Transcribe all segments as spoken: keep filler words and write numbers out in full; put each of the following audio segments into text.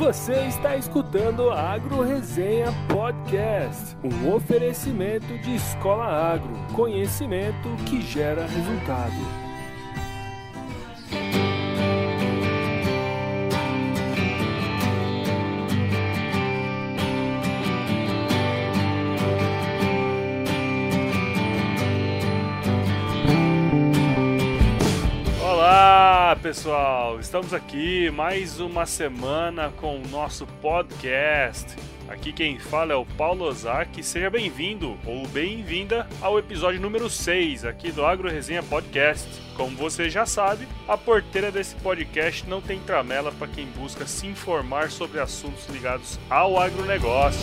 Você está escutando a Agro Resenha Podcast, um oferecimento de Escola Agro, conhecimento que gera resultado. Olá pessoal, estamos aqui mais uma semana com o nosso podcast. Aqui quem fala é o Paulo Ozaki. Seja bem-vindo ou bem-vinda ao episódio número seis aqui do Agro Resenha Podcast. Como você já sabe, a porteira desse podcast não tem tramela para quem busca se informar sobre assuntos ligados ao agronegócio.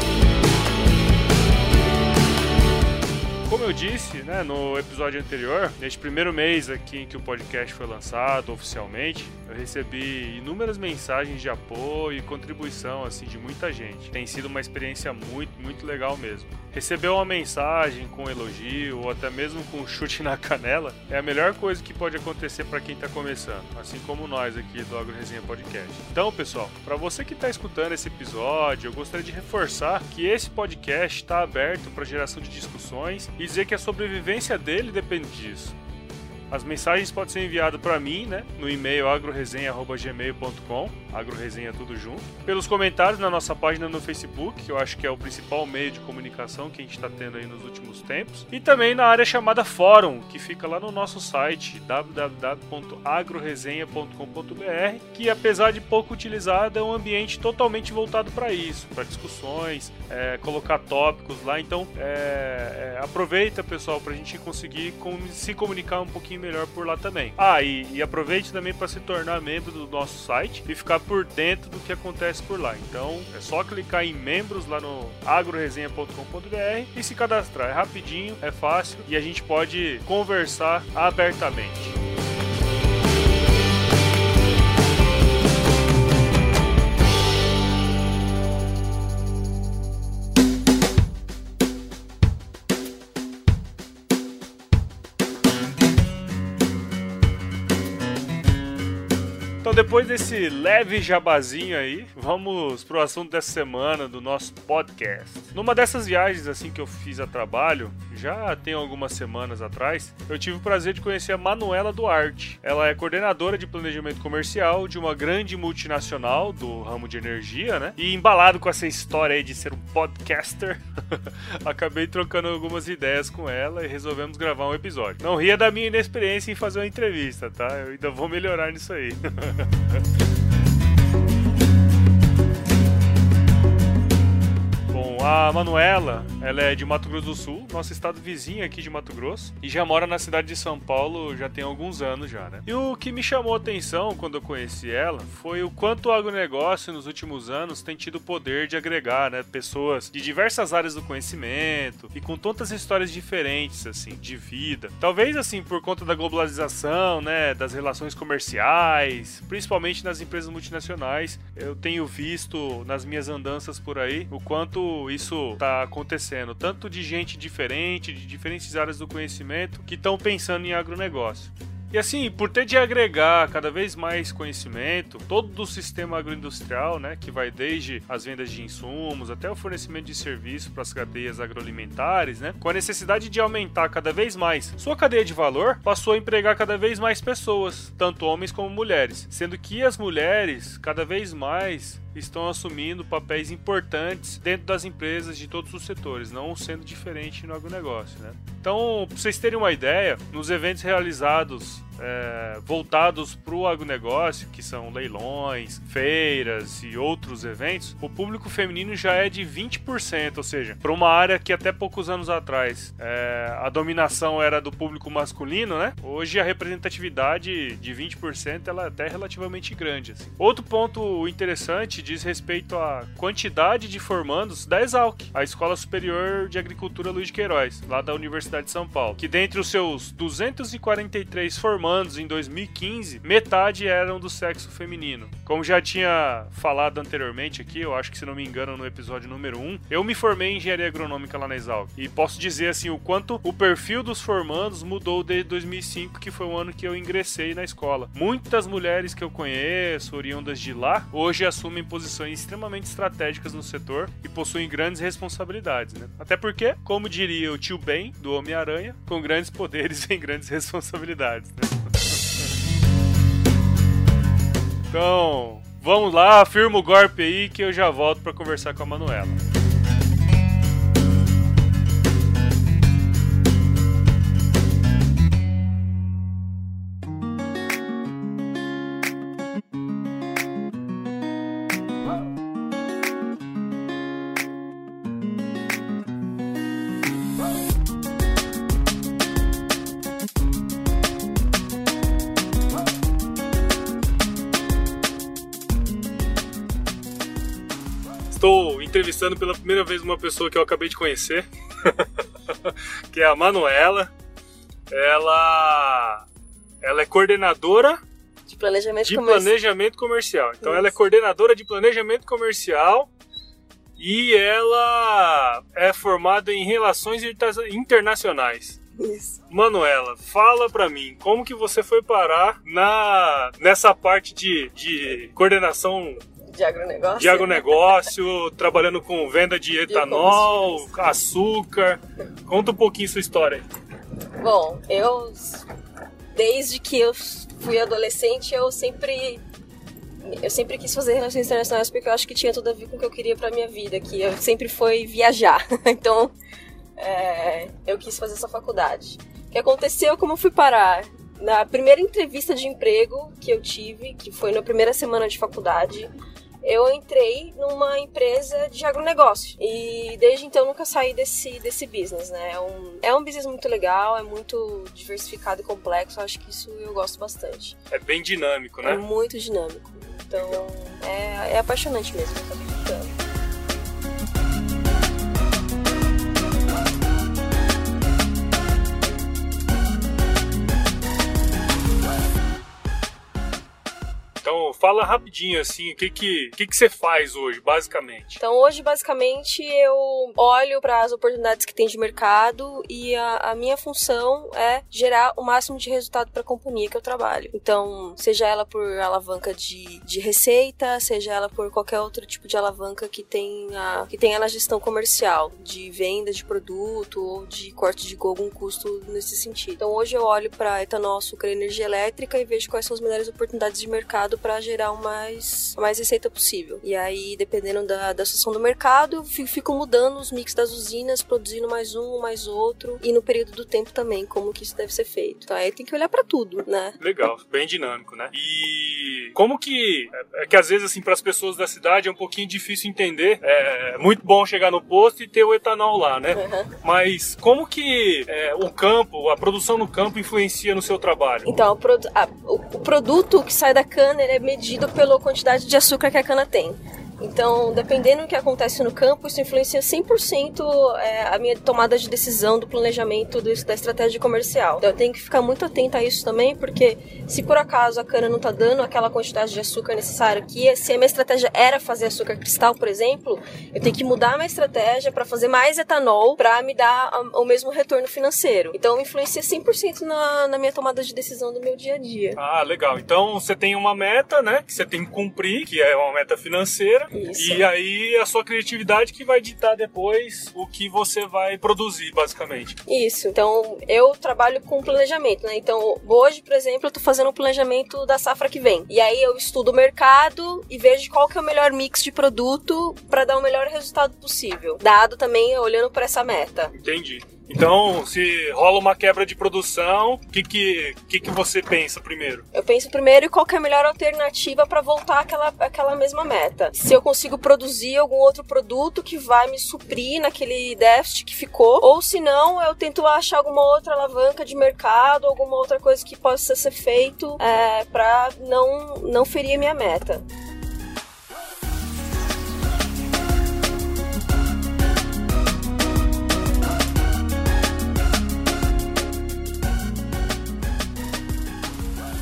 Como eu disse, né, no episódio anterior, neste primeiro mês aqui em que o podcast foi lançado oficialmente, eu recebi inúmeras mensagens de apoio e contribuição assim, de muita gente. Tem sido uma experiência muito, muito legal mesmo. Receber uma mensagem com elogio ou até mesmo com um chute na canela é a melhor coisa que pode acontecer para quem está começando, assim como nós aqui do Agro Resenha Podcast. Então, pessoal, para você que está escutando esse episódio, eu gostaria de reforçar que esse podcast está aberto para geração de discussões e dizer que a sobrevivência dele depende disso. As mensagens podem ser enviadas para mim, né, no e-mail agroresenha arroba gmail ponto com, agroresenha tudo junto, pelos comentários na nossa página no Facebook, que eu acho que é o principal meio de comunicação que a gente está tendo aí nos últimos tempos, e também na área chamada Fórum, que fica lá no nosso site w w w ponto agroresenha ponto com ponto b r, que apesar de pouco utilizado, é um ambiente totalmente voltado para isso, para discussões, é, colocar tópicos lá. Então é, é, aproveita, pessoal, para a gente conseguir com, se comunicar um pouquinho melhor por lá também. Ah, e, e aproveite também para se tornar membro do nosso site e ficar por dentro do que acontece por lá. Então é só clicar em membros lá no agroresenha ponto com ponto b r e se cadastrar. É rapidinho, é fácil e a gente pode conversar abertamente. Então, depois desse leve jabazinho aí, vamos pro assunto dessa semana do nosso podcast. Numa dessas viagens assim que eu fiz a trabalho, já tem algumas semanas atrás, eu tive o prazer de conhecer a Manuela Duarte. Ela é coordenadora de planejamento comercial de uma grande multinacional do ramo de energia, né? E embalado com essa história aí de ser um podcaster, acabei trocando algumas ideias com ela e resolvemos gravar um episódio. Não ria da minha inexperiência em fazer uma entrevista, tá? Eu ainda vou melhorar nisso aí. Bom, a Manuela, ela é de Mato Grosso do Sul, nosso estado vizinho aqui de Mato Grosso, e já mora na cidade de São Paulo já tem alguns anos já, né? E o que me chamou a atenção quando eu conheci ela foi o quanto o agronegócio nos últimos anos tem tido o poder de agregar, né, pessoas de diversas áreas do conhecimento e com tantas histórias diferentes, assim, de vida. Talvez, assim, por conta da globalização, né, das relações comerciais, principalmente nas empresas multinacionais, eu tenho visto nas minhas andanças por aí o quanto isso está acontecendo, tanto de gente diferente, de diferentes áreas do conhecimento que estão pensando em agronegócio. E assim, por ter de agregar cada vez mais conhecimento, todo o sistema agroindustrial, né, que vai desde as vendas de insumos até o fornecimento de serviços para as cadeias agroalimentares, né, com a necessidade de aumentar cada vez mais sua cadeia de valor, passou a empregar cada vez mais pessoas, tanto homens como mulheres, sendo que as mulheres cada vez mais estão assumindo papéis importantes dentro das empresas de todos os setores, não sendo diferente no agronegócio, né? Então, para vocês terem uma ideia, nos eventos realizados É, voltados para o agronegócio, que são leilões, feiras e outros eventos, o público feminino já é de vinte por cento, ou seja, para uma área que até poucos anos atrás é, a dominação era do público masculino, né? Hoje a representatividade de vinte por cento ela é até relativamente grande. Assim. Outro ponto interessante diz respeito à quantidade de formandos da Exalc, a Escola Superior de Agricultura Luiz de Queiroz, lá da Universidade de São Paulo, que dentre os seus duzentos e quarenta e três formandos formandos em dois mil e quinze, metade eram do sexo feminino. Como já tinha falado anteriormente aqui, eu acho que se não me engano no episódio número um, eu me formei em engenharia agronômica lá na Exalc. E posso dizer assim, o quanto o perfil dos formandos mudou desde dois mil e cinco, que foi o ano que eu ingressei na escola. Muitas mulheres que eu conheço, oriundas de lá, hoje assumem posições extremamente estratégicas no setor e possuem grandes responsabilidades, né? Até porque, como diria o tio Ben, do Homem-Aranha, com grandes poderes vem grandes responsabilidades, né? Então, vamos lá, firma o golpe aí que eu já volto para conversar com a Manuela. Estou entrevistando pela primeira vez uma pessoa que eu acabei de conhecer, que é a Manuela. Ela, ela é coordenadora de planejamento, de comerci... planejamento comercial. Então Isso. Ela é coordenadora de planejamento comercial e ela é formada em relações internacionais. Isso. Manuela, fala pra mim, como que você foi parar na, nessa parte de, de coordenação de agronegócio, de agronegócio trabalhando com venda de etanol, açúcar? Conta um pouquinho sua história aí. Bom, eu, desde que eu fui adolescente, eu sempre, eu sempre quis fazer relações internacionais porque eu acho que tinha tudo a ver com o que eu queria pra minha vida, que eu sempre foi viajar. Então, é, eu quis fazer essa faculdade. O que aconteceu, como eu fui parar? Na primeira entrevista de emprego que eu tive, que foi na primeira semana de faculdade, eu entrei numa empresa de agronegócio. E desde então nunca saí desse, desse business, né? É um, é um business muito legal, é muito diversificado e complexo. Acho que isso eu gosto bastante. É bem dinâmico, né? É muito dinâmico. Então é, é apaixonante mesmo. Eu acabei ficando. Então, fala rapidinho, assim, o que que, que que você faz hoje, basicamente? Então, hoje, basicamente, eu olho para as oportunidades que tem de mercado e a, a minha função é gerar o máximo de resultado para a companhia que eu trabalho. Então, seja ela por alavanca de, de receita, seja ela por qualquer outro tipo de alavanca que tenha, que tenha na gestão comercial, de venda de produto ou de corte de algum custo nesse sentido. Então, hoje eu olho para etanol, açúcar e energia elétrica e vejo quais são as melhores oportunidades de mercado para gerar o mais, a mais receita possível. E aí, dependendo da, da situação do mercado, eu fico mudando os mix das usinas, produzindo mais um, mais outro, e no período do tempo também, como que isso deve ser feito. Então aí tem que olhar para tudo, né? Legal, bem dinâmico, né? E como que... É que às vezes, assim, para as pessoas da cidade é um pouquinho difícil entender. É muito bom chegar no posto e ter o etanol lá, né? Uhum. Mas como que é, o campo, a produção no campo influencia no seu trabalho? Então, o, pro, a, o, o produto que sai da cana ele é medido pela quantidade de açúcar que a cana tem. Então, dependendo do que acontece no campo, isso influencia cem por cento é, a minha tomada de decisão do planejamento do, da estratégia comercial. Então, eu tenho que ficar muito atenta a isso também, porque se por acaso a cana não está dando aquela quantidade de açúcar necessária, que se a minha estratégia era fazer açúcar cristal, por exemplo, eu tenho que mudar a minha estratégia para fazer mais etanol para me dar a, o mesmo retorno financeiro. Então, influencia cem por cento na, na minha tomada de decisão do meu dia a dia. Ah, legal. Então, você tem uma meta, né, que você tem que cumprir, que é uma meta financeira. Isso. E aí a sua criatividade que vai ditar depois o que você vai produzir, basicamente. Isso. Então, eu trabalho com planejamento, né? Então, hoje, por exemplo, eu tô fazendo um planejamento da safra que vem. E aí eu estudo o mercado e vejo qual que é o melhor mix de produto para dar o melhor resultado possível. Dado também olhando para essa meta. Entendi. Então, se rola uma quebra de produção, o que que, que que você pensa primeiro? Eu penso primeiro em qual que é a melhor alternativa para voltar àquela, àquela mesma meta. Se eu consigo produzir algum outro produto que vai me suprir naquele déficit que ficou, ou se não, eu tento achar alguma outra alavanca de mercado, alguma outra coisa que possa ser feito é, para não, não ferir a minha meta.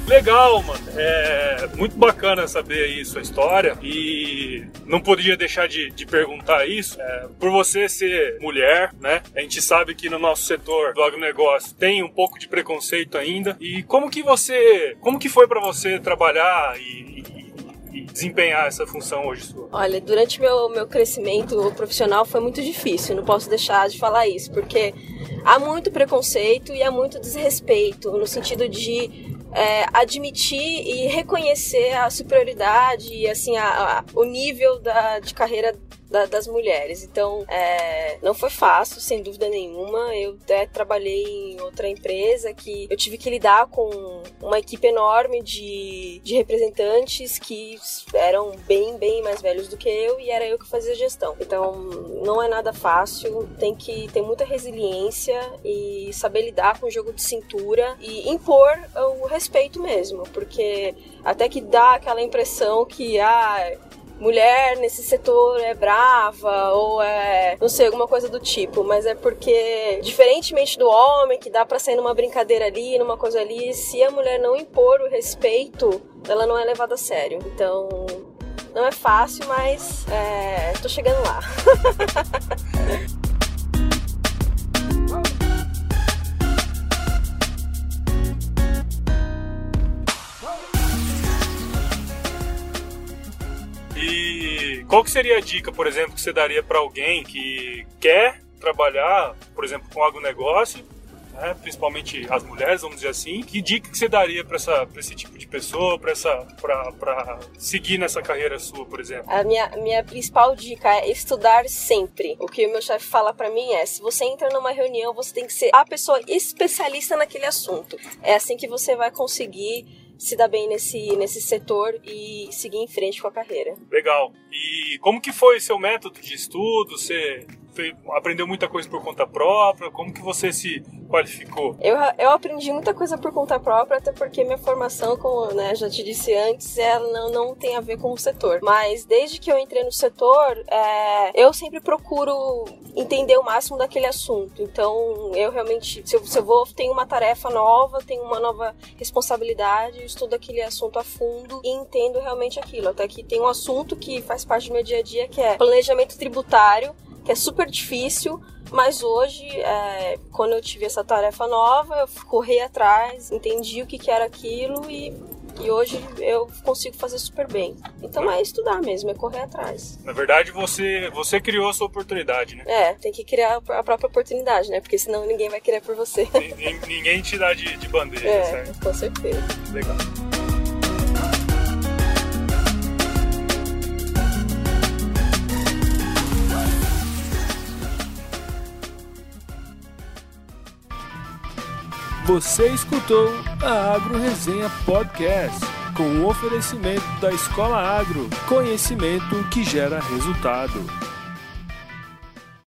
Legal, mano. É muito bacana saber aí sua história e não podia deixar de, de perguntar isso. É, por você ser mulher, né? A gente sabe que no nosso setor do agronegócio tem um pouco de preconceito ainda. E como que você, como que foi pra você trabalhar e, e, e desempenhar essa função hoje sua? Olha, durante meu, meu crescimento profissional foi muito difícil, não posso deixar de falar isso, porque há muito preconceito e há muito desrespeito, no sentido de É, admitir e reconhecer a superioridade e assim, a, a, o nível da, de carreira da, das mulheres. Então, é, não foi fácil, sem dúvida nenhuma. Eu até trabalhei em outra empresa que eu tive que lidar com uma equipe enorme de, de representantes que eram bem, bem mais velhos do que eu e era eu que fazia gestão. Então, não é nada fácil, tem que ter muita resiliência e saber lidar com o jogo de cintura e impor o respeito mesmo, porque até que dá aquela impressão que ah, mulher nesse setor é brava ou é, não sei, alguma coisa do tipo, mas é porque, diferentemente do homem, que dá pra sair numa brincadeira ali, numa coisa ali, se a mulher não impor o respeito, ela não é levada a sério. Então, não é fácil, mas é, tô chegando lá. E qual que seria a dica, por exemplo, que você daria para alguém que quer trabalhar, por exemplo, com agronegócio, né, principalmente as mulheres, vamos dizer assim? Que dica que você daria para esse tipo de pessoa, para seguir nessa carreira sua, por exemplo? A minha, minha principal dica é estudar sempre. O que o meu chefe fala para mim é, se você entra numa reunião, você tem que ser a pessoa especialista naquele assunto. É assim que você vai conseguir se dar bem nesse, nesse setor e seguir em frente com a carreira. Legal. E como que foi seu método de estudo? Você aprendeu muita coisa por conta própria? Como que você se qualificou? Eu, eu aprendi muita coisa por conta própria, até porque minha formação, como né, já te disse antes, ela não, não tem a ver com o setor. Mas desde que eu entrei no setor, é, eu sempre procuro entender o máximo daquele assunto. Então, eu realmente, se eu, se eu vou, tenho uma tarefa nova, tenho uma nova responsabilidade, eu estudo aquele assunto a fundo e entendo realmente aquilo. Até que tem um assunto que faz parte do meu dia a dia, que é planejamento tributário, que é super difícil, mas hoje, é, quando eu tive essa tarefa nova, eu corri atrás, entendi o que, que era aquilo e, e hoje eu consigo fazer super bem. Então é estudar mesmo, é correr atrás. Na verdade, você, você criou a sua oportunidade, né? É, tem que criar a própria oportunidade, né? Porque senão ninguém vai querer por você. Ninguém, ninguém te dá de, de bandeja, é, certo? Com certeza. Legal. Você escutou a Agro Resenha Podcast, com o oferecimento da Escola Agro, conhecimento que gera resultado.